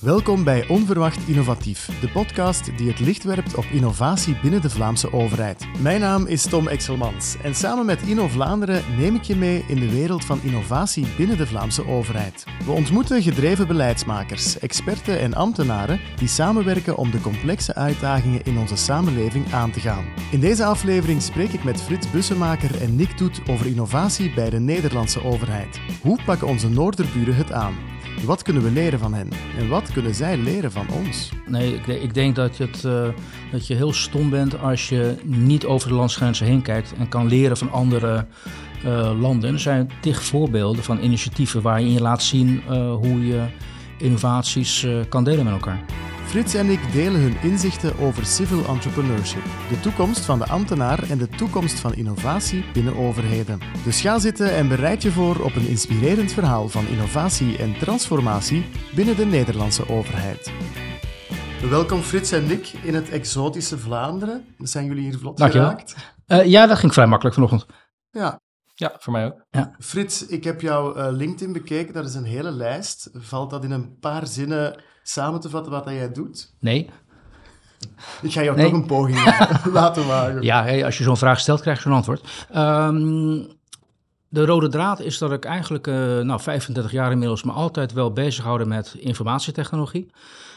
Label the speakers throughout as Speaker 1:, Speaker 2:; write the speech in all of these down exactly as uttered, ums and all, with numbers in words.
Speaker 1: Welkom bij Onverwacht Innovatief, de podcast die het licht werpt op innovatie binnen de Vlaamse overheid. Mijn naam is Tom Exelmans en samen met Inno Vlaanderen neem ik je mee in de wereld van innovatie binnen de Vlaamse overheid. We ontmoeten gedreven beleidsmakers, experten en ambtenaren die samenwerken om de complexe uitdagingen in onze samenleving aan te gaan. In deze aflevering spreek ik met Frits Bussemaker en Nick Toet over innovatie bij de Nederlandse overheid. Hoe pakken onze Noorderburen het aan? Wat kunnen we leren van hen? En wat kunnen zij leren van ons?
Speaker 2: Nee, ik, ik denk dat je, het, uh, dat je heel stom bent als je niet over de landsgrenzen heen kijkt en kan leren van andere uh, landen. Er zijn tig voorbeelden van initiatieven waarin je laat zien uh, hoe je innovaties uh, kan delen met elkaar.
Speaker 1: Frits en ik delen hun inzichten over civil entrepreneurship, de toekomst van de ambtenaar en de toekomst van innovatie binnen overheden. Dus ga zitten en bereid je voor op een inspirerend verhaal van innovatie en transformatie binnen de Nederlandse overheid. Welkom Frits en Nick in het exotische Vlaanderen. Zijn jullie hier vlot
Speaker 2: Dankjewel.
Speaker 1: geraakt?
Speaker 2: Uh, ja, dat ging vrij makkelijk vanochtend.
Speaker 1: Ja.
Speaker 3: Ja, voor mij ook.
Speaker 2: Ja.
Speaker 1: Frits, ik heb jouw uh, LinkedIn bekeken, dat is een hele lijst. Valt dat in een paar zinnen samen te vatten wat dat jij doet?
Speaker 2: Nee.
Speaker 1: Ik ga jou
Speaker 2: Nee.
Speaker 1: toch een poging laten wagen.
Speaker 2: Ja, hey, als je zo'n vraag stelt, krijg je zo'n antwoord. Um, de rode draad is dat ik eigenlijk uh, nou, vijfendertig jaar inmiddels me altijd wel bezighouden met informatietechnologie.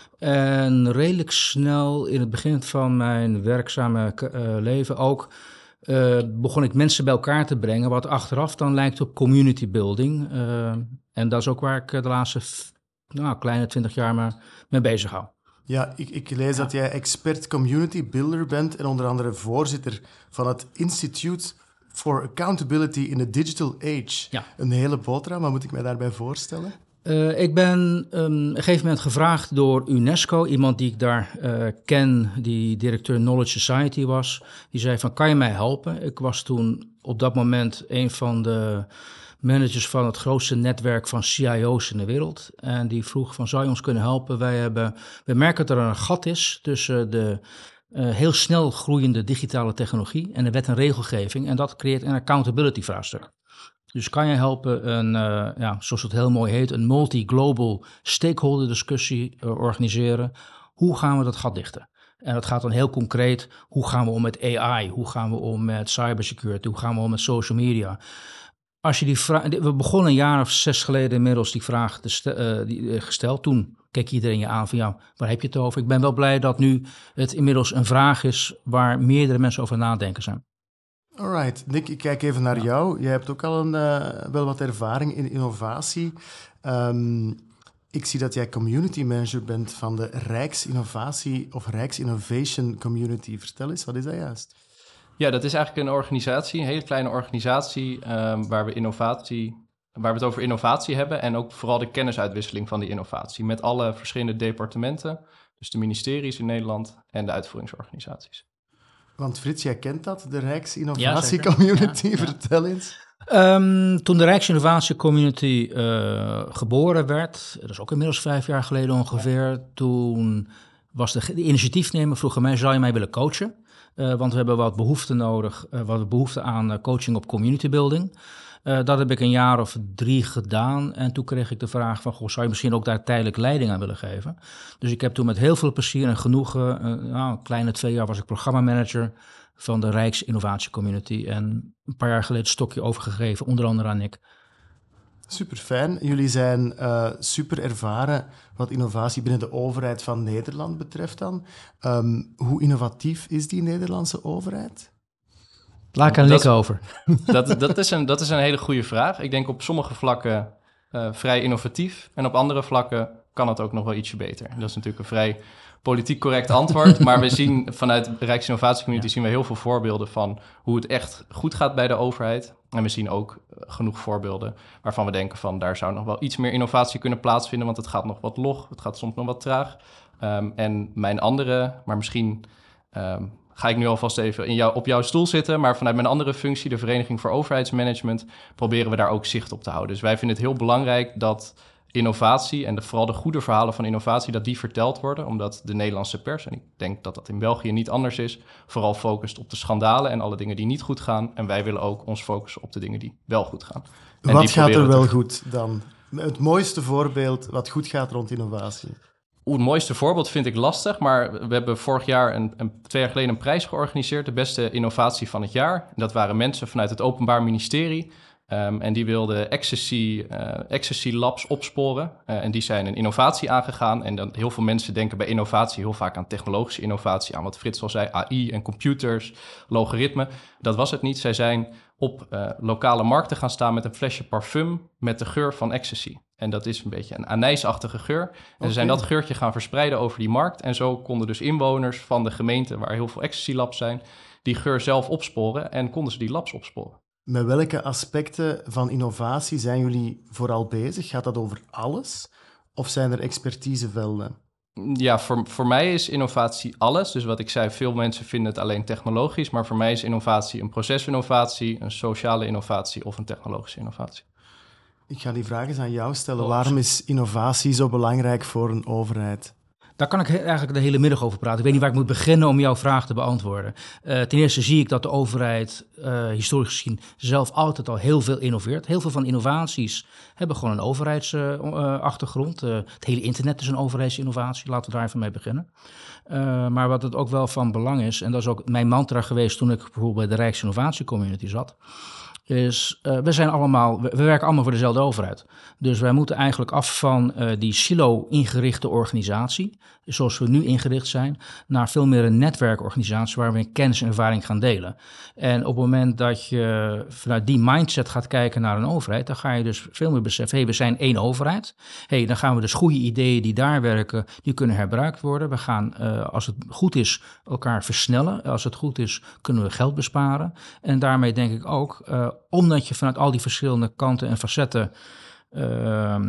Speaker 2: En redelijk snel in het begin van mijn werkzame uh, leven ook uh, begon ik mensen bij elkaar te brengen, wat achteraf dan lijkt op community building. Uh, en dat is ook waar ik de laatste nou, kleine twintig jaar me mee bezig hou.
Speaker 1: Ja, ik, ik lees dat jij expert community builder bent en onder andere voorzitter van het Institute for Accountability in the Digital Age.
Speaker 2: Ja.
Speaker 1: Een hele boterham, wat moet ik mij daarbij voorstellen?
Speaker 2: Uh, ik ben um, op een gegeven moment gevraagd door UNESCO, iemand die ik daar uh, ken, die directeur Knowledge Society was. Die zei van, kan je mij helpen? Ik was toen op dat moment een van de managers van het grootste netwerk van C I O's in de wereld. En die vroeg van, zou je ons kunnen helpen? Wij, hebben, wij merken dat er een gat is tussen de uh, heel snel groeiende digitale technologie en de wet en regelgeving. En dat creëert een accountability vraagstuk. Dus kan je helpen, een, uh, ja, zoals het heel mooi heet, een multi-global stakeholder discussie uh, organiseren. Hoe gaan we dat gat dichten? En dat gaat dan heel concreet, hoe gaan we om met A I? Hoe gaan we om met cybersecurity? Hoe gaan we om met social media? Als je die vraag, we begonnen een jaar of zes geleden inmiddels die vraag te st- uh, die, uh, gesteld. Toen keek iedereen je aan van, ja, waar heb je het over? Ik ben wel blij dat nu het inmiddels een vraag is waar meerdere mensen over nadenken zijn.
Speaker 1: Alright, Nick, ik kijk even naar ja. jou. Jij hebt ook al een, uh, wel wat ervaring in innovatie. Um, ik zie dat jij community manager bent van de Rijksinnovatie of Rijksinnovation Community. Vertel eens, wat is dat juist?
Speaker 3: Ja, dat is eigenlijk een organisatie, een hele kleine organisatie, um, waar we innovatie, waar we het over innovatie hebben en ook vooral de kennisuitwisseling van die innovatie met alle verschillende departementen, dus de ministeries in Nederland en de uitvoeringsorganisaties.
Speaker 1: Want Frits, jij kent dat, de Rijksinnovatie Community.
Speaker 2: Ja, ja.
Speaker 1: Vertel eens.
Speaker 2: Um, toen de Rijksinnovatie Community uh, geboren werd, dat is ook inmiddels vijf jaar geleden ongeveer, toen was de, de initiatiefnemer vroeg aan mij, zou je mij willen coachen? Uh, want we hebben wat behoefte nodig, uh, wat behoefte aan uh, coaching op community building. Uh, dat heb ik een jaar of drie gedaan en toen kreeg ik de vraag van, goh, zou je misschien ook daar tijdelijk leiding aan willen geven? Dus ik heb toen met heel veel plezier en genoegen, uh, nou, een kleine twee jaar was ik programmamanager van de Rijksinnovatie Community en een paar jaar geleden het stokje overgegeven, onder andere aan Nick.
Speaker 1: Super fijn. Jullie zijn uh, super ervaren wat innovatie binnen de overheid van Nederland betreft dan. Um, hoe innovatief is die Nederlandse overheid?
Speaker 2: Laat ik aan Nick over.
Speaker 3: Dat, dat, is een, dat is een hele goede vraag. Ik denk op sommige vlakken uh, vrij innovatief en op andere vlakken kan het ook nog wel ietsje beter. Dat is natuurlijk een vrij politiek correct antwoord, maar we zien vanuit de Rijksinnovatiecommunity ja. zien we heel veel voorbeelden van hoe het echt goed gaat bij de overheid. En we zien ook uh, genoeg voorbeelden waarvan we denken van daar zou nog wel iets meer innovatie kunnen plaatsvinden, want het gaat nog wat log, het gaat soms nog wat traag. Um, en mijn andere, maar misschien um, ga ik nu alvast even in jou, op jouw stoel zitten, maar vanuit mijn andere functie, de Vereniging voor Overheidsmanagement, proberen we daar ook zicht op te houden. Dus wij vinden het heel belangrijk dat innovatie en de, vooral de goede verhalen van innovatie, dat die verteld worden, omdat de Nederlandse pers, en ik denk dat dat in België niet anders is, vooral focust op de schandalen en alle dingen die niet goed gaan. En wij willen ook ons focussen op de dingen die wel goed gaan. En
Speaker 1: wat gaat er wel te... goed dan? Het mooiste voorbeeld wat goed gaat rond innovatie?
Speaker 3: Oeh, het mooiste voorbeeld vind ik lastig, maar we hebben vorig jaar, een, een, twee jaar geleden, een prijs georganiseerd, de beste innovatie van het jaar. Dat waren mensen vanuit het Openbaar Ministerie um, en die wilden Ecstasy, uh, Ecstasy Labs opsporen. Uh, en die zijn een innovatie aangegaan. En dan heel veel mensen denken bij innovatie heel vaak aan technologische innovatie, aan wat Frits al zei, A I en computers, logaritmen. Dat was het niet. Zij zijn op uh, lokale markten gaan staan met een flesje parfum met de geur van ecstasy. En dat is een beetje een anijsachtige geur. En okay. Ze zijn dat geurtje gaan verspreiden over die markt. En zo konden dus inwoners van de gemeente waar heel veel ecstasy labs zijn, die geur zelf opsporen en konden ze die labs opsporen.
Speaker 1: Met welke aspecten van innovatie zijn jullie vooral bezig? Gaat dat over alles? Of zijn er expertisevelden?
Speaker 3: Ja, voor, voor mij is innovatie alles. Dus wat ik zei, veel mensen vinden het alleen technologisch. Maar voor mij is innovatie een procesinnovatie, een sociale innovatie of een technologische innovatie.
Speaker 1: Ik ga die vraag eens aan jou stellen. Oh, Waarom is innovatie zo belangrijk voor een overheid?
Speaker 2: Daar kan ik eigenlijk de hele middag over praten. Ik weet niet waar ik moet beginnen om jouw vraag te beantwoorden. Uh, ten eerste zie ik dat de overheid, uh, historisch gezien, zelf altijd al heel veel innoveert. Heel veel van innovaties hebben gewoon een overheidsachtergrond. Uh, uh, het hele internet is een overheidsinnovatie. Laten we daar even mee beginnen. Uh, maar wat het ook wel van belang is, en dat is ook mijn mantra geweest toen ik bijvoorbeeld bij de Rijksinnovatiecommunity zat, is, uh, we zijn allemaal, we, we werken allemaal voor dezelfde overheid. Dus wij moeten eigenlijk af van uh, die silo-ingerichte organisatie, zoals we nu ingericht zijn, naar veel meer een netwerkorganisatie waar we kennis en ervaring gaan delen. En op het moment dat je vanuit die mindset gaat kijken naar een overheid, dan ga je dus veel meer beseffen, hé, hey, we zijn één overheid. Hé, hey, dan gaan we dus goede ideeën die daar werken, die kunnen herbruikt worden. We gaan, uh, als het goed is, elkaar versnellen. Als het goed is, kunnen we geld besparen. En daarmee denk ik ook, uh, omdat je vanuit al die verschillende kanten en facetten uh,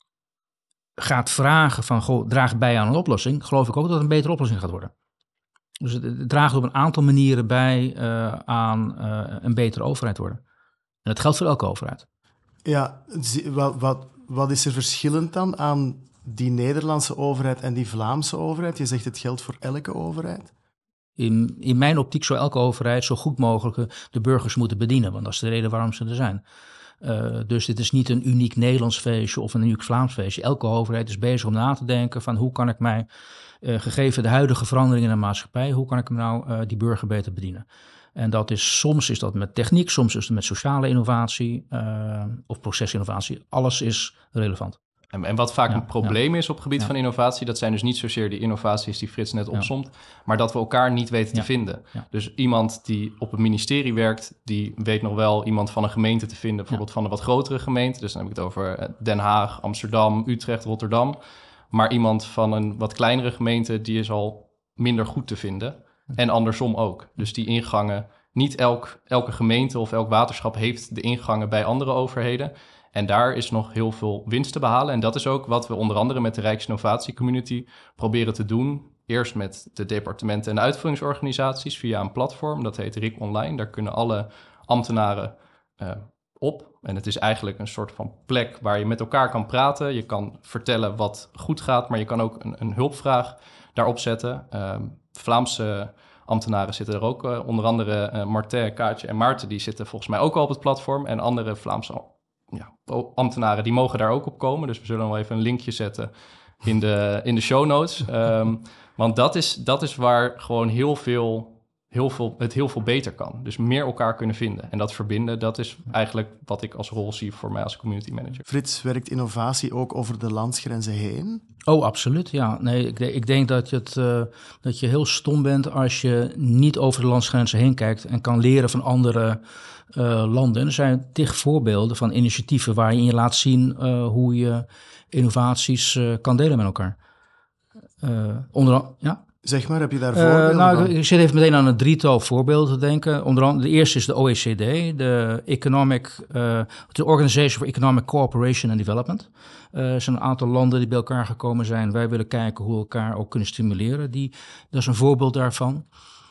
Speaker 2: gaat vragen van, goh, draag bij aan een oplossing, geloof ik ook dat het een betere oplossing gaat worden. Dus het, het draagt op een aantal manieren bij uh, aan uh, een betere overheid worden. En dat geldt voor elke overheid.
Speaker 1: Ja, wat, wat, wat is er verschillend dan aan die Nederlandse overheid en die Vlaamse overheid? Je zegt het geldt voor elke overheid.
Speaker 2: In, in mijn optiek zou elke overheid zo goed mogelijk de burgers moeten bedienen, want dat is de reden waarom ze er zijn. Uh, dus dit is niet een uniek Nederlands feestje of een uniek Vlaams feestje. Elke overheid is bezig om na te denken van hoe kan ik mij, uh, gegeven de huidige veranderingen in de maatschappij, hoe kan ik me nou uh, die burger beter bedienen? En dat is, soms is dat met techniek, soms is het met sociale innovatie uh, of procesinnovatie. Alles is relevant.
Speaker 3: En, en wat vaak
Speaker 2: ja,
Speaker 3: een probleem
Speaker 2: ja.
Speaker 3: is op het gebied
Speaker 2: ja.
Speaker 3: van innovatie, dat zijn dus niet zozeer die innovaties die Frits net opsomt, ja. maar dat we elkaar niet weten te
Speaker 2: ja.
Speaker 3: vinden.
Speaker 2: Ja.
Speaker 3: Dus iemand die op het ministerie werkt, die weet nog wel iemand van een gemeente te vinden, bijvoorbeeld ja. van een wat grotere gemeente. Dus dan heb ik het over Den Haag, Amsterdam, Utrecht, Rotterdam. Maar iemand van een wat kleinere gemeente, die is al minder goed te vinden. En andersom ook. Dus die ingangen, niet elk, elke gemeente of elk waterschap heeft de ingangen bij andere overheden. En daar is nog heel veel winst te behalen. En dat is ook wat we onder andere met de Rijksinnovatiecommunity proberen te doen. Eerst met de departementen en de uitvoeringsorganisaties via een platform. Dat heet R I C Online. Daar kunnen alle ambtenaren uh, op. En het is eigenlijk een soort van plek waar je met elkaar kan praten. Je kan vertellen wat goed gaat, maar je kan ook een, een hulpvraag daarop zetten. Uh, Vlaamse ambtenaren zitten er ook. Uh, onder andere uh, Martijn, Kaatje en Maarten, die zitten volgens mij ook al op het platform. En andere Vlaamse ja, ambtenaren, die mogen daar ook op komen. Dus we zullen wel even een linkje zetten in de, in de show notes. Um, want dat is, dat is waar gewoon heel veel, heel veel, het heel veel beter kan. Dus meer elkaar kunnen vinden. En dat verbinden, dat is eigenlijk wat ik als rol zie voor mij als community manager.
Speaker 1: Frits, werkt innovatie ook over de landsgrenzen heen?
Speaker 2: Oh, absoluut, ja. Nee, ik, ik denk dat je, het, uh, dat je heel stom bent als je niet over de landsgrenzen heen kijkt en kan leren van andere uh, landen. Er zijn tig voorbeelden van initiatieven waar je in je laat zien uh, hoe je innovaties uh, kan delen met elkaar. Uh, onder, ja?
Speaker 1: Zeg maar, heb je daar voorbeelden
Speaker 2: uh, nou,
Speaker 1: van?
Speaker 2: Ik, ik zit even meteen aan een drietal voorbeelden te denken. Onder andere, de eerste is de O E C D, de Economic, uh, de Organization for Economic Cooperation and Development. Uh, er zijn een aantal landen die bij elkaar gekomen zijn. Wij willen kijken hoe we elkaar ook kunnen stimuleren. Die, dat is een voorbeeld daarvan.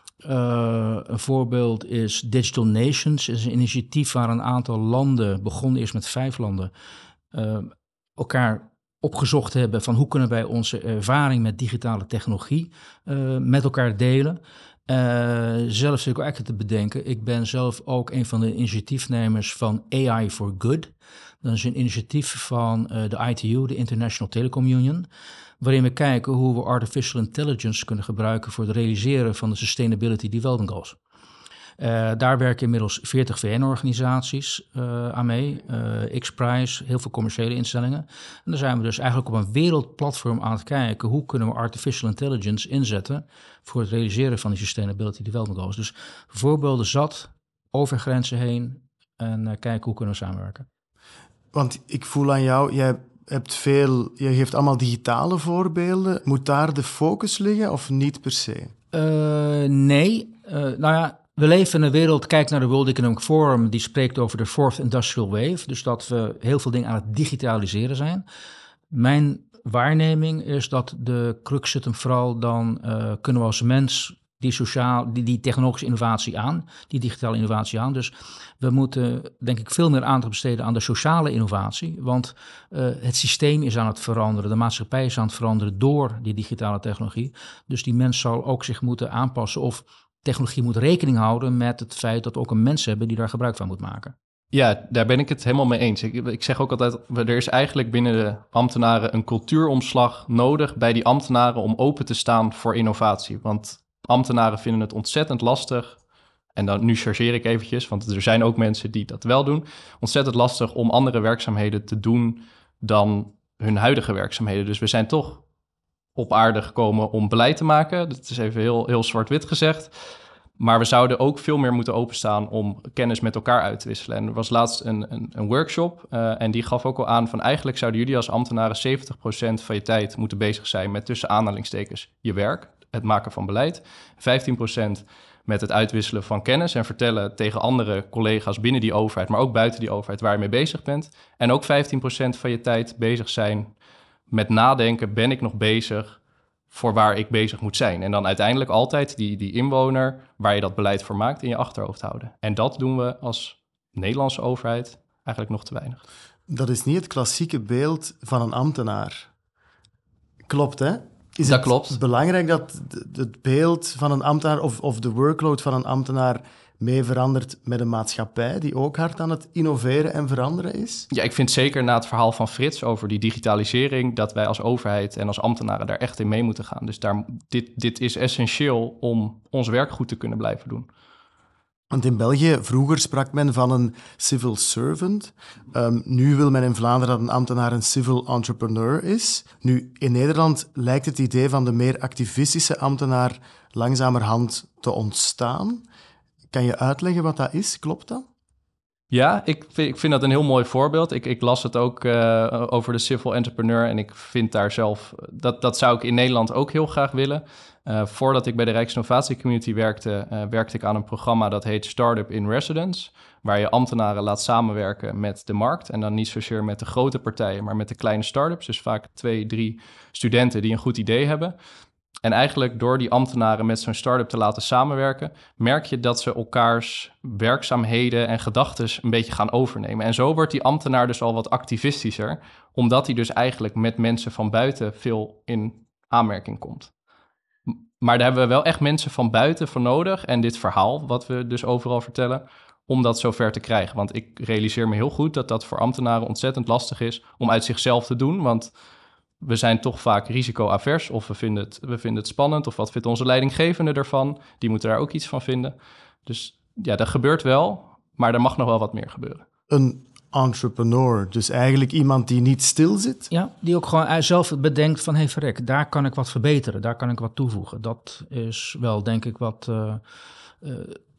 Speaker 2: Uh, een voorbeeld is Digital Nations. Het is een initiatief waar een aantal landen, begonnen eerst met vijf landen, uh, elkaar opgezocht hebben van hoe kunnen wij onze ervaring met digitale technologie uh, met elkaar delen. Uh, zelf zit ik ook eigenlijk te bedenken. Ik ben zelf ook een van de initiatiefnemers van A I for Good. Dat is een initiatief van uh, de I T U, de International Telecom Union, waarin we kijken hoe we artificial intelligence kunnen gebruiken voor het realiseren van de Sustainability Development Goals. Uh, daar werken inmiddels veertig V N-organisaties uh, aan mee, uh, X-Prize, heel veel commerciële instellingen. En daar zijn we dus eigenlijk op een wereldplatform aan het kijken hoe kunnen we artificial intelligence inzetten voor het realiseren van die Sustainability Development Goals. Dus voorbeelden zat, over grenzen heen en uh, kijken hoe kunnen we samenwerken.
Speaker 1: Want ik voel aan jou, jij hebt veel, je geeft allemaal digitale voorbeelden. Moet daar de focus liggen of niet per se?
Speaker 2: Uh, nee, uh, nou ja. We leven in een wereld, kijk naar de World Economic Forum, die spreekt over de Fourth Industrial Wave. Dus dat we heel veel dingen aan het digitaliseren zijn. Mijn waarneming is dat de crux zit hem vooral dan, uh, kunnen we als mens die, sociaal, die, die technologische innovatie aan, die digitale innovatie aan. Dus we moeten denk ik veel meer aandacht besteden aan de sociale innovatie. Want uh, het systeem is aan het veranderen, de maatschappij is aan het veranderen door die digitale technologie. Dus die mens zal ook zich moeten aanpassen of technologie moet rekening houden met het feit dat we ook een mens hebben die daar gebruik van moet maken.
Speaker 3: Ja, daar ben ik het helemaal mee eens. Ik, ik zeg ook altijd, er is eigenlijk binnen de ambtenaren een cultuuromslag nodig bij die ambtenaren om open te staan voor innovatie. Want ambtenaren vinden het ontzettend lastig, en dan, nu chargeer ik eventjes, want er zijn ook mensen die dat wel doen, ontzettend lastig om andere werkzaamheden te doen dan hun huidige werkzaamheden. Dus we zijn toch op aarde gekomen om beleid te maken. Dat is even heel, heel zwart-wit gezegd. Maar we zouden ook veel meer moeten openstaan om kennis met elkaar uit te wisselen. En er was laatst een, een, een workshop uh, en die gaf ook al aan van eigenlijk zouden jullie als ambtenaren zeventig procent van je tijd moeten bezig zijn met tussen aanhalingstekens je werk, het maken van beleid. vijftien procent met het uitwisselen van kennis en vertellen tegen andere collega's binnen die overheid, maar ook buiten die overheid waar je mee bezig bent. En ook vijftien procent van je tijd bezig zijn met nadenken, ben ik nog bezig voor waar ik bezig moet zijn? En dan uiteindelijk altijd die, die inwoner waar je dat beleid voor maakt in je achterhoofd houden. En dat doen we als Nederlandse overheid eigenlijk nog te weinig.
Speaker 1: Dat is niet het klassieke beeld van een ambtenaar. Klopt, hè? Is
Speaker 3: dat
Speaker 1: het
Speaker 3: klopt.
Speaker 1: belangrijk dat het beeld van een ambtenaar of, of de workload van een ambtenaar mee verandert met een maatschappij die ook hard aan het innoveren en veranderen is?
Speaker 3: Ja, ik vind zeker na het verhaal van Frits over die digitalisering dat wij als overheid en als ambtenaren daar echt in mee moeten gaan. Dus daar, dit, dit is essentieel om ons werk goed te kunnen blijven doen.
Speaker 1: Want in België, vroeger sprak men van een civil servant. Um, nu wil men in Vlaanderen dat een ambtenaar een civil entrepreneur is. Nu, in Nederland lijkt het idee van de meer activistische ambtenaar langzamerhand te ontstaan. Kan je uitleggen wat dat is? Klopt dat?
Speaker 3: Ja, ik vind, ik vind dat een heel mooi voorbeeld. Ik, ik las het ook uh, over de civil entrepreneur en ik vind daar zelf... Dat, dat zou ik in Nederland ook heel graag willen. Uh, voordat ik bij de Rijksinnovatie Community werkte, uh, werkte ik aan een programma dat heet Startup in Residence, waar je ambtenaren laat samenwerken met de markt. En dan niet zozeer met de grote partijen, maar met de kleine start-ups. Dus vaak twee, drie studenten die een goed idee hebben. En eigenlijk door die ambtenaren met zo'n start-up te laten samenwerken, merk je dat ze elkaars werkzaamheden en gedachten een beetje gaan overnemen. En zo wordt die ambtenaar dus al wat activistischer, omdat hij dus eigenlijk met mensen van buiten veel in aanmerking komt. Maar daar hebben we wel echt mensen van buiten voor nodig en dit verhaal, wat we dus overal vertellen, om dat zover te krijgen. Want ik realiseer me heel goed dat dat voor ambtenaren ontzettend lastig is om uit zichzelf te doen, want we zijn toch vaak risico-avers of we vinden, het, we vinden het spannend of wat vindt onze leidinggevende ervan? Die moeten daar ook iets van vinden. Dus ja, dat gebeurt wel, maar er mag nog wel wat meer gebeuren.
Speaker 1: Een entrepreneur, dus eigenlijk iemand die niet stil zit?
Speaker 2: Ja, die ook gewoon zelf bedenkt van, hé hey, verrek, daar kan ik wat verbeteren, daar kan ik wat toevoegen. Dat is wel, denk ik, wat, uh, uh,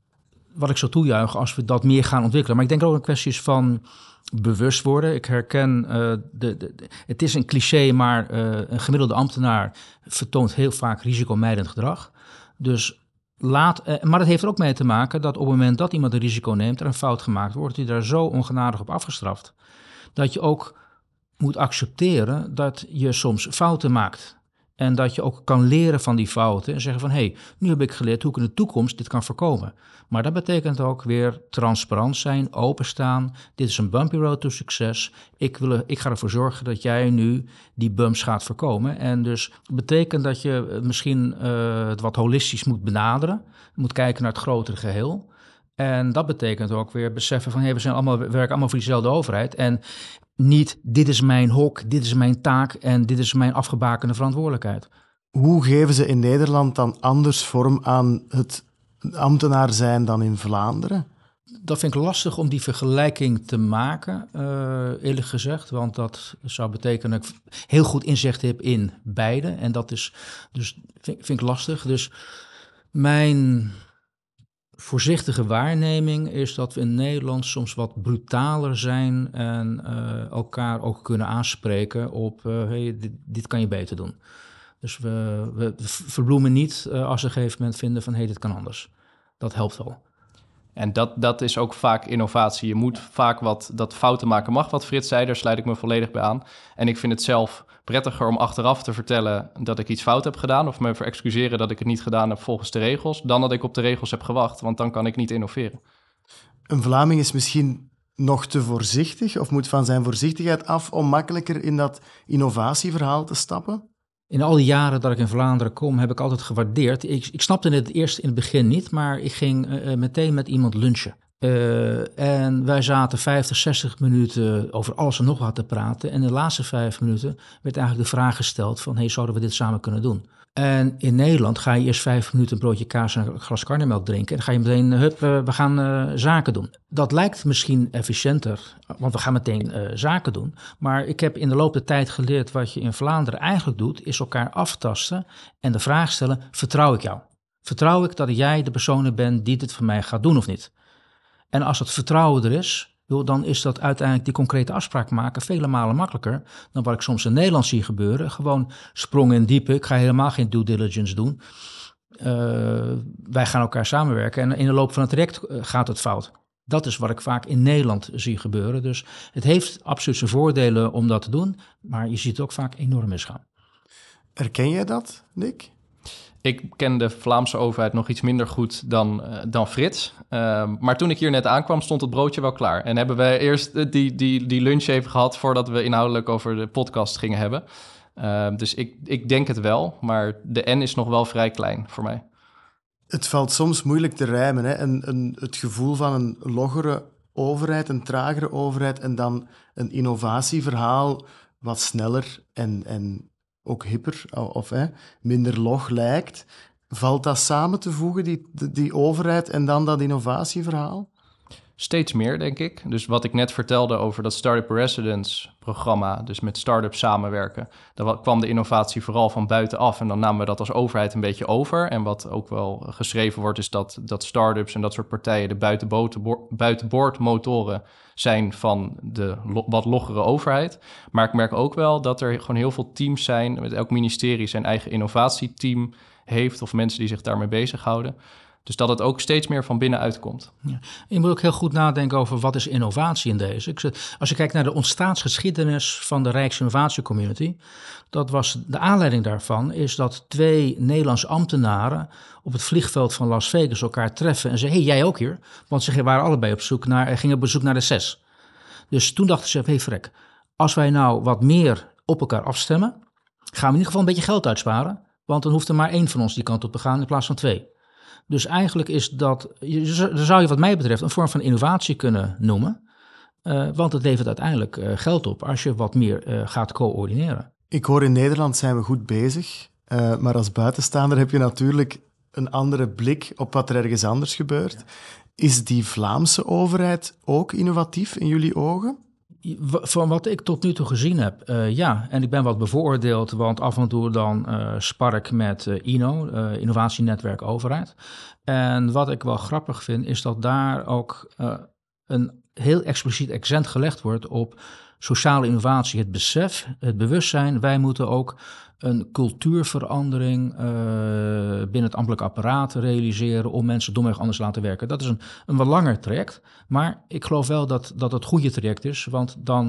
Speaker 2: wat ik zou toejuichen als we dat meer gaan ontwikkelen. Maar ik denk ook een kwestie is van bewust worden. Ik herken, uh, de, de, de, het is een cliché, maar uh, een gemiddelde ambtenaar vertoont heel vaak risicomijdend gedrag. Dus laat, uh, maar dat heeft er ook mee te maken dat op het moment dat iemand een risico neemt, er een fout gemaakt wordt, hij daar zo ongenadig op afgestraft, dat je ook moet accepteren dat je soms fouten maakt. En dat je ook kan leren van die fouten en zeggen van... hé, hey, nu heb ik geleerd hoe ik in de toekomst dit kan voorkomen. Maar dat betekent ook weer transparant zijn, openstaan. Dit is een bumpy road to succes. Ik, wil, ik ga ervoor zorgen dat jij nu die bumps gaat voorkomen. En dus betekent dat je misschien uh, het wat holistisch moet benaderen. Moet kijken naar het grotere geheel. En dat betekent ook weer beseffen van... Hey, we, zijn allemaal, we werken allemaal voor diezelfde overheid. En niet, dit is mijn hok, dit is mijn taak... en dit is mijn afgebakende verantwoordelijkheid.
Speaker 1: Hoe geven ze in Nederland dan anders vorm aan het ambtenaar zijn dan in Vlaanderen?
Speaker 2: Dat vind ik lastig om die vergelijking te maken, uh, eerlijk gezegd. Want dat zou betekenen dat ik heel goed inzicht heb in beide. En dat is dus vind, vind ik lastig. Dus mijn voorzichtige waarneming is dat we in Nederland soms wat brutaler zijn en uh, elkaar ook kunnen aanspreken op, uh, hey, dit, dit kan je beter doen. Dus we, we verbloemen niet uh, als we op een gegeven moment vinden van, hé, hey, dit kan anders. Dat helpt wel.
Speaker 3: En dat, dat is ook vaak innovatie. Je moet vaak wat, dat fouten maken mag, wat Frits zei, daar sluit ik me volledig bij aan. En ik vind het zelf prettiger om achteraf te vertellen dat ik iets fout heb gedaan... of me verexcuseren dat ik het niet gedaan heb volgens de regels... dan dat ik op de regels heb gewacht, want dan kan ik niet innoveren.
Speaker 1: Een Vlaming is misschien nog te voorzichtig... of moet van zijn voorzichtigheid af om makkelijker in dat innovatieverhaal te stappen?
Speaker 2: In al die jaren dat ik in Vlaanderen kom, heb ik altijd gewaardeerd. Ik, ik snapte het eerst in het begin niet, maar ik ging uh, meteen met iemand lunchen. Uh, en wij zaten vijftig, zestig minuten over alles en nog wat te praten. En in de laatste vijf minuten werd eigenlijk de vraag gesteld van... hey, zouden we dit samen kunnen doen? En in Nederland ga je eerst vijf minuten een broodje kaas en een glas karnemelk drinken... en dan ga je meteen, hup, uh, we gaan uh, zaken doen. Dat lijkt misschien efficiënter, want we gaan meteen uh, zaken doen. Maar ik heb in de loop der tijd geleerd wat je in Vlaanderen eigenlijk doet... is elkaar aftasten en de vraag stellen, vertrouw ik jou? Vertrouw ik dat jij de persoon bent die dit voor mij gaat doen of niet? En als het vertrouwen er is, dan is dat uiteindelijk die concrete afspraak maken vele malen makkelijker dan wat ik soms in Nederland zie gebeuren. Gewoon sprong in diepe, ik ga helemaal geen due diligence doen. Uh, wij gaan elkaar samenwerken en in de loop van het traject gaat het fout. Dat is wat ik vaak in Nederland zie gebeuren. Dus het heeft absoluut zijn voordelen om dat te doen, maar je ziet het ook vaak enorm misgaan.
Speaker 1: Herken jij dat, Nick?
Speaker 3: Ik ken de Vlaamse overheid nog iets minder goed dan, uh, dan Frits. Uh, maar toen ik hier net aankwam, stond het broodje wel klaar. En hebben we eerst die, die, die lunch even gehad voordat we inhoudelijk over de podcast gingen hebben. Uh, dus ik, ik denk het wel, maar de N is nog wel vrij klein voor mij.
Speaker 1: Het valt soms moeilijk te rijmen, hè? Een, een, het gevoel van een logere overheid, een tragere overheid en dan een innovatieverhaal wat sneller en... en ook hipper of hè, minder log lijkt. Valt dat samen te voegen, die, die overheid en dan dat innovatieverhaal?
Speaker 3: Steeds meer, denk ik. Dus wat ik net vertelde over dat Startup Residence programma, dus met start-ups samenwerken, daar kwam de innovatie vooral van buitenaf en dan namen we dat als overheid een beetje over. En wat ook wel geschreven wordt, is dat, dat start-ups en dat soort partijen de buitenboordmotoren zijn van de lo- wat loggere overheid. Maar ik merk ook wel dat er gewoon heel veel teams zijn, met elk ministerie zijn eigen innovatieteam heeft of mensen die zich daarmee bezighouden. Dus dat het ook steeds meer van binnenuit komt.
Speaker 2: Ja. Je moet ook heel goed nadenken over wat is innovatie in deze. Als je kijkt naar de ontstaansgeschiedenis van de Rijksinnovatiecommunity, dat was de aanleiding daarvan is dat twee Nederlandse ambtenaren op het vliegveld van Las Vegas elkaar treffen en zeggen, hé, hey, jij ook hier? Want ze waren allebei op zoek naar, gingen op bezoek naar de C E S. Dus toen dachten ze, hé, hey, vrek, als wij nou wat meer op elkaar afstemmen, gaan we in ieder geval een beetje geld uitsparen, want dan hoeft er maar één van ons die kant op te gaan in plaats van twee. Dus eigenlijk is dat, daar zou je wat mij betreft een vorm van innovatie kunnen noemen. Uh, want het levert uiteindelijk uh, geld op als je wat meer uh, gaat coördineren.
Speaker 1: Ik hoor in Nederland zijn we goed bezig. Uh, maar als buitenstaander heb je natuurlijk een andere blik op wat er ergens anders gebeurt. Ja. Is die Vlaamse overheid ook innovatief in jullie ogen?
Speaker 2: Van wat ik tot nu toe gezien heb, uh, ja. En ik ben wat bevooroordeeld, want af en toe dan uh, spar ik met uh, I N O, uh, Innovatienetwerk Overheid. En wat ik wel grappig vind, is dat daar ook uh, een heel expliciet accent gelegd wordt op sociale innovatie. Het besef, het bewustzijn, wij moeten ook een cultuurverandering uh, binnen het ambtelijk apparaat realiseren om mensen domweg anders te laten werken. Dat is een, een wat langer traject, maar ik geloof wel dat, dat het goede traject is, want dan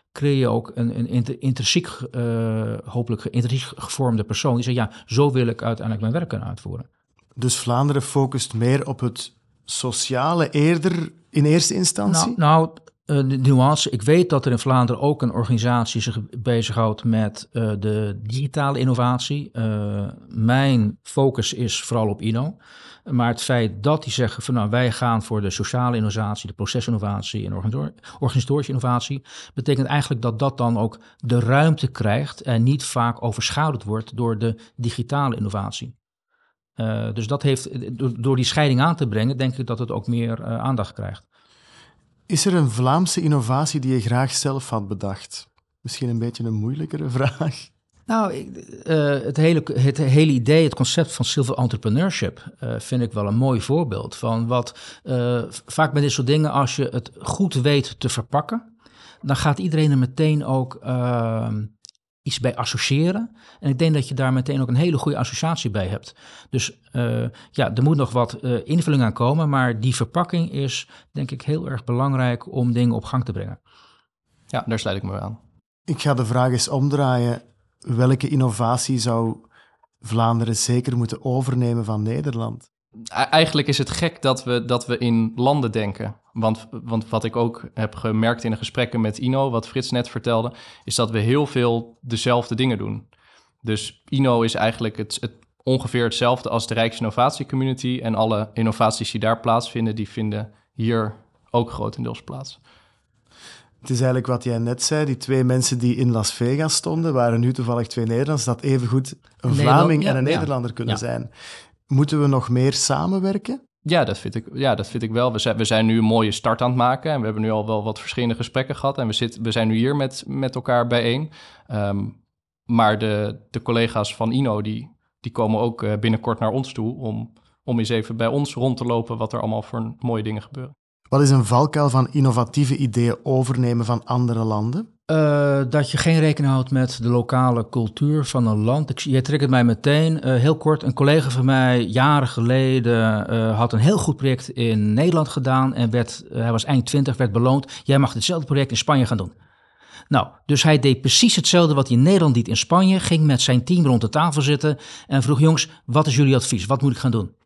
Speaker 2: creëer je ook een, een inter, intrinsiek, uh, hopelijk intrinsiek gevormde persoon die zegt, ja, zo wil ik uiteindelijk mijn werk kunnen uitvoeren.
Speaker 1: Dus Vlaanderen focust meer op het sociale eerder in eerste instantie?
Speaker 2: Nou, nou uh, de nuance, ik weet dat er in Vlaanderen ook een organisatie zich bezighoudt met uh, de digitale innovatie. Uh, mijn focus is vooral op I N O. Maar het feit dat die zeggen van nou wij gaan voor de sociale innovatie, de procesinnovatie en organisatorische innovatie, betekent eigenlijk dat dat dan ook de ruimte krijgt en niet vaak overschaduwd wordt door de digitale innovatie. Uh, dus dat heeft, door die scheiding aan te brengen, denk ik dat het ook meer uh, aandacht krijgt.
Speaker 1: Is er een Vlaamse innovatie die je graag zelf had bedacht? Misschien een beetje een moeilijkere vraag.
Speaker 2: Nou, uh, het, hele, het hele idee, het concept van silver entrepreneurship uh, vind ik wel een mooi voorbeeld van wat uh, vaak met dit soort dingen, als je het goed weet te verpakken, dan gaat iedereen er meteen ook uh, iets bij associëren. En ik denk dat je daar meteen ook een hele goede associatie bij hebt. Dus uh, ja, er moet nog wat uh, invulling aan komen, maar die verpakking is denk ik heel erg belangrijk om dingen op gang te brengen.
Speaker 3: Ja, daar sluit ik me bij aan.
Speaker 1: Ik ga de vraag eens omdraaien. Welke innovatie zou Vlaanderen zeker moeten overnemen van Nederland?
Speaker 3: Eigenlijk is het gek dat we, dat we in landen denken. Want, want wat ik ook heb gemerkt in de gesprekken met I N O, wat Frits net vertelde, is dat we heel veel dezelfde dingen doen. Dus I N O is eigenlijk het, het ongeveer hetzelfde als de Rijksinnovatiecommunity. En alle innovaties die daar plaatsvinden, die vinden hier ook grotendeels plaats.
Speaker 1: Het is eigenlijk wat jij net zei, die twee mensen die in Las Vegas stonden, waren nu toevallig twee Nederlanders, dat evengoed een Vlaming ja, en een ja, Nederlander kunnen ja. zijn. Moeten we nog meer samenwerken?
Speaker 3: Ja, dat vind ik, ja, dat vind ik wel. We zijn, we zijn nu een mooie start aan het maken en we hebben nu al wel wat verschillende gesprekken gehad en we, zit, we zijn nu hier met, met elkaar bijeen. Um, maar de, de collega's van I N O, die, die komen ook uh, binnenkort naar ons toe om, om eens even bij ons rond te lopen wat er allemaal voor mooie dingen gebeuren.
Speaker 1: Wat is een valkuil van innovatieve ideeën overnemen van andere landen?
Speaker 2: Uh, dat je geen rekening houdt met de lokale cultuur van een land. Ik, je trekt het mij meteen. Uh, heel kort, een collega van mij jaren geleden uh, had een heel goed project in Nederland gedaan. En werd, uh, hij was eind twintig, werd beloond. Jij mag hetzelfde project in Spanje gaan doen. Nou, dus hij deed precies hetzelfde wat hij in Nederland deed in Spanje. Ging met zijn team rond de tafel zitten en vroeg: jongens, wat is jullie advies? Wat moet ik gaan doen?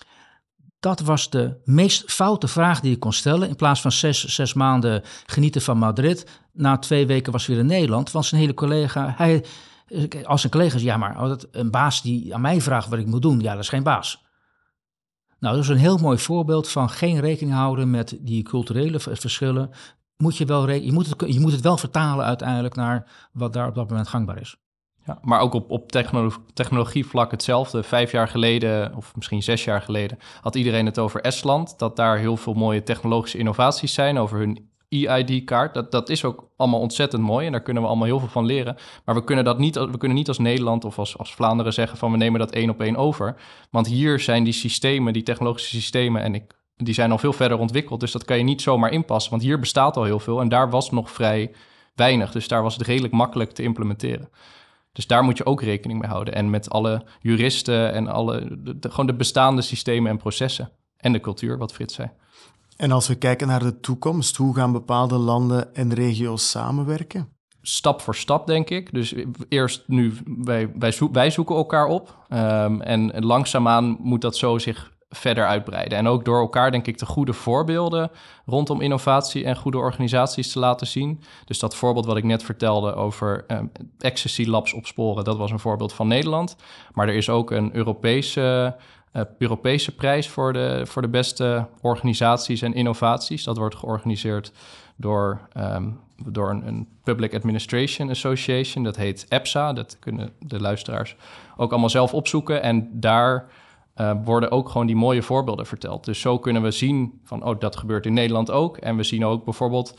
Speaker 2: Dat was de meest foute vraag die je kon stellen. In plaats van zes, zes maanden genieten van Madrid. Na twee weken was hij weer in Nederland. Want zijn hele collega, hij, als een collega zei, ja maar oh, dat, een baas die aan mij vraagt wat ik moet doen, ja dat is geen baas. Nou, dat is een heel mooi voorbeeld van geen rekening houden met die culturele verschillen. Moet je, wel re- je, moet het, je moet het wel vertalen uiteindelijk naar wat daar op dat moment gangbaar is.
Speaker 3: Ja, maar ook op, op technolo- technologievlak hetzelfde. Vijf jaar geleden, of misschien zes jaar geleden, had iedereen het over Estland. Dat daar heel veel mooie technologische innovaties zijn over hun E I D-kaart. Dat, dat is ook allemaal ontzettend mooi en daar kunnen we allemaal heel veel van leren. Maar we kunnen dat niet, we kunnen niet als Nederland of als, als Vlaanderen zeggen van we nemen dat één op één over. Want hier zijn die systemen, die technologische systemen, en ik, die zijn al veel verder ontwikkeld. Dus dat kan je niet zomaar inpassen, want hier bestaat al heel veel en daar was nog vrij weinig. Dus daar was het redelijk makkelijk te implementeren. Dus daar moet je ook rekening mee houden. En met alle juristen en alle, de, de, gewoon de bestaande systemen en processen. En de cultuur, wat Frits zei.
Speaker 1: En als we kijken naar de toekomst, hoe gaan bepaalde landen en regio's samenwerken?
Speaker 3: Stap voor stap, denk ik. Dus eerst nu, wij, wij, zo, wij zoeken elkaar op. Um, en, en langzaamaan moet dat zo zich verder uitbreiden. En ook door elkaar, denk ik, de goede voorbeelden rondom innovatie en goede organisaties te laten zien. Dus dat voorbeeld wat ik net vertelde over um, Ecstasy Labs opsporen, dat was een voorbeeld van Nederland. Maar er is ook een Europese, uh, Europese prijs voor de, voor de beste organisaties en innovaties. Dat wordt georganiseerd door, um, door een, een Public Administration Association. Dat heet E P S A. Dat kunnen de luisteraars ook allemaal zelf opzoeken. En daar Uh, worden ook gewoon die mooie voorbeelden verteld. Dus zo kunnen we zien van, oh, dat gebeurt in Nederland ook. En we zien ook bijvoorbeeld,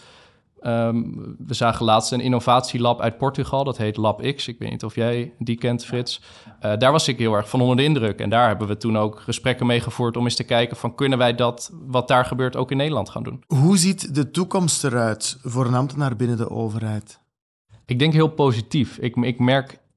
Speaker 3: um, we zagen laatst een innovatielab uit Portugal. Dat heet Lab X. Ik weet niet of jij die kent, Frits. Uh, daar was ik heel erg van onder de indruk. En daar hebben we toen ook gesprekken mee gevoerd om eens te kijken van, kunnen wij dat, wat daar gebeurt, ook in Nederland gaan doen?
Speaker 1: Hoe ziet de toekomst eruit voor een ambtenaar binnen de overheid?
Speaker 3: Ik denk heel positief. Ik, ik merk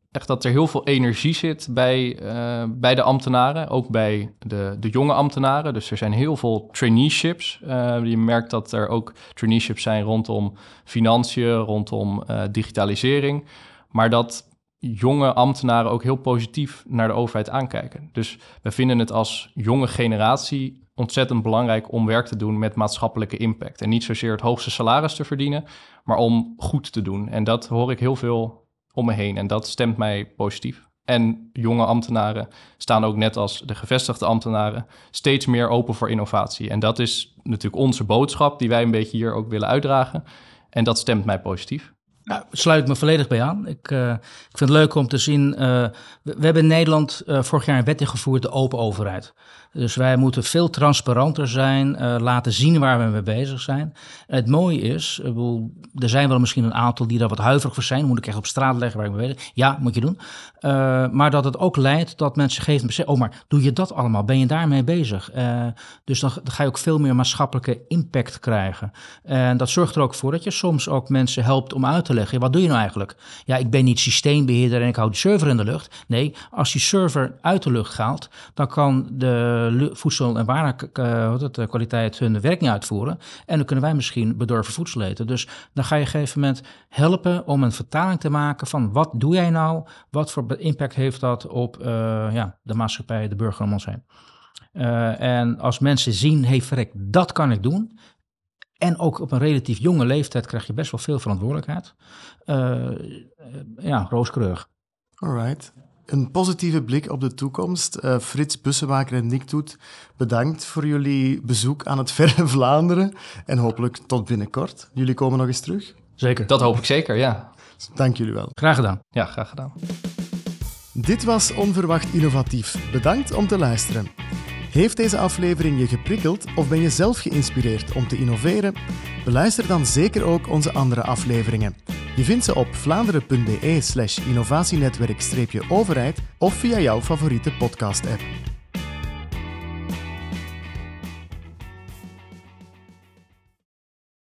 Speaker 3: echt dat er heel veel energie zit bij, uh, bij de ambtenaren, ook bij de, de jonge ambtenaren. Dus er zijn heel veel traineeships. Uh, je merkt dat er ook traineeships zijn rondom financiën, rondom uh, digitalisering. Maar dat jonge ambtenaren ook heel positief naar de overheid aankijken. Dus we vinden het als jonge generatie ontzettend belangrijk om werk te doen met maatschappelijke impact. En niet zozeer het hoogste salaris te verdienen, maar om goed te doen. En dat hoor ik heel veel om me heen en dat stemt mij positief. En jonge ambtenaren staan ook net als de gevestigde ambtenaren steeds meer open voor innovatie. En dat is natuurlijk onze boodschap die wij een beetje hier ook willen uitdragen. En dat stemt mij positief.
Speaker 2: Nou, sluit ik me volledig bij aan. Ik, uh, ik vind het leuk om te zien. Uh, we, we hebben in Nederland uh, vorig jaar een wet ingevoerd, de open overheid. Dus wij moeten veel transparanter zijn, uh, laten zien waar we mee bezig zijn. En het mooie is, ik bedoel, er zijn wel misschien een aantal die daar wat huiverig voor zijn. Moet ik echt op straat leggen waar ik mee bezig ben? Ja, moet je doen. Uh, maar dat het ook leidt dat mensen geven en zeggen, oh, maar doe je dat allemaal? Ben je daarmee bezig? Uh, dus dan, dan ga je ook veel meer maatschappelijke impact krijgen. En dat zorgt er ook voor dat je soms ook mensen helpt om uit te leggen. Wat doe je nou eigenlijk? Ja, ik ben niet systeembeheerder en ik hou die server in de lucht. Nee, als die server uit de lucht gaat, dan kan de voedsel- en warenkwaliteit hun werk niet uitvoeren. En dan kunnen wij misschien bedorven voedsel eten. Dus dan ga je op een gegeven moment helpen om een vertaling te maken van wat doe jij nou? Wat voor impact heeft dat op uh, ja, de maatschappij, de burger om ons heen? Uh, en als mensen zien, hey verrek, dat kan ik doen. En ook op een relatief jonge leeftijd krijg je best wel veel verantwoordelijkheid. Uh, ja, rooskleurig.
Speaker 1: All right. Een positieve blik op de toekomst. Uh, Frits Bussemaker en Nick Toet, bedankt voor jullie bezoek aan het verre Vlaanderen. En hopelijk tot binnenkort. Jullie komen nog eens terug?
Speaker 2: Zeker.
Speaker 3: Dat hoop ik zeker, ja.
Speaker 1: Dank jullie wel.
Speaker 2: Graag gedaan.
Speaker 3: Ja, graag gedaan.
Speaker 1: Dit was Onverwacht Innovatief. Bedankt om te luisteren. Heeft deze aflevering je geprikkeld of ben je zelf geïnspireerd om te innoveren? Beluister dan zeker ook onze andere afleveringen. Je vindt ze op vlaanderen.be slash innovatienetwerk-overheid of via jouw favoriete podcast-app.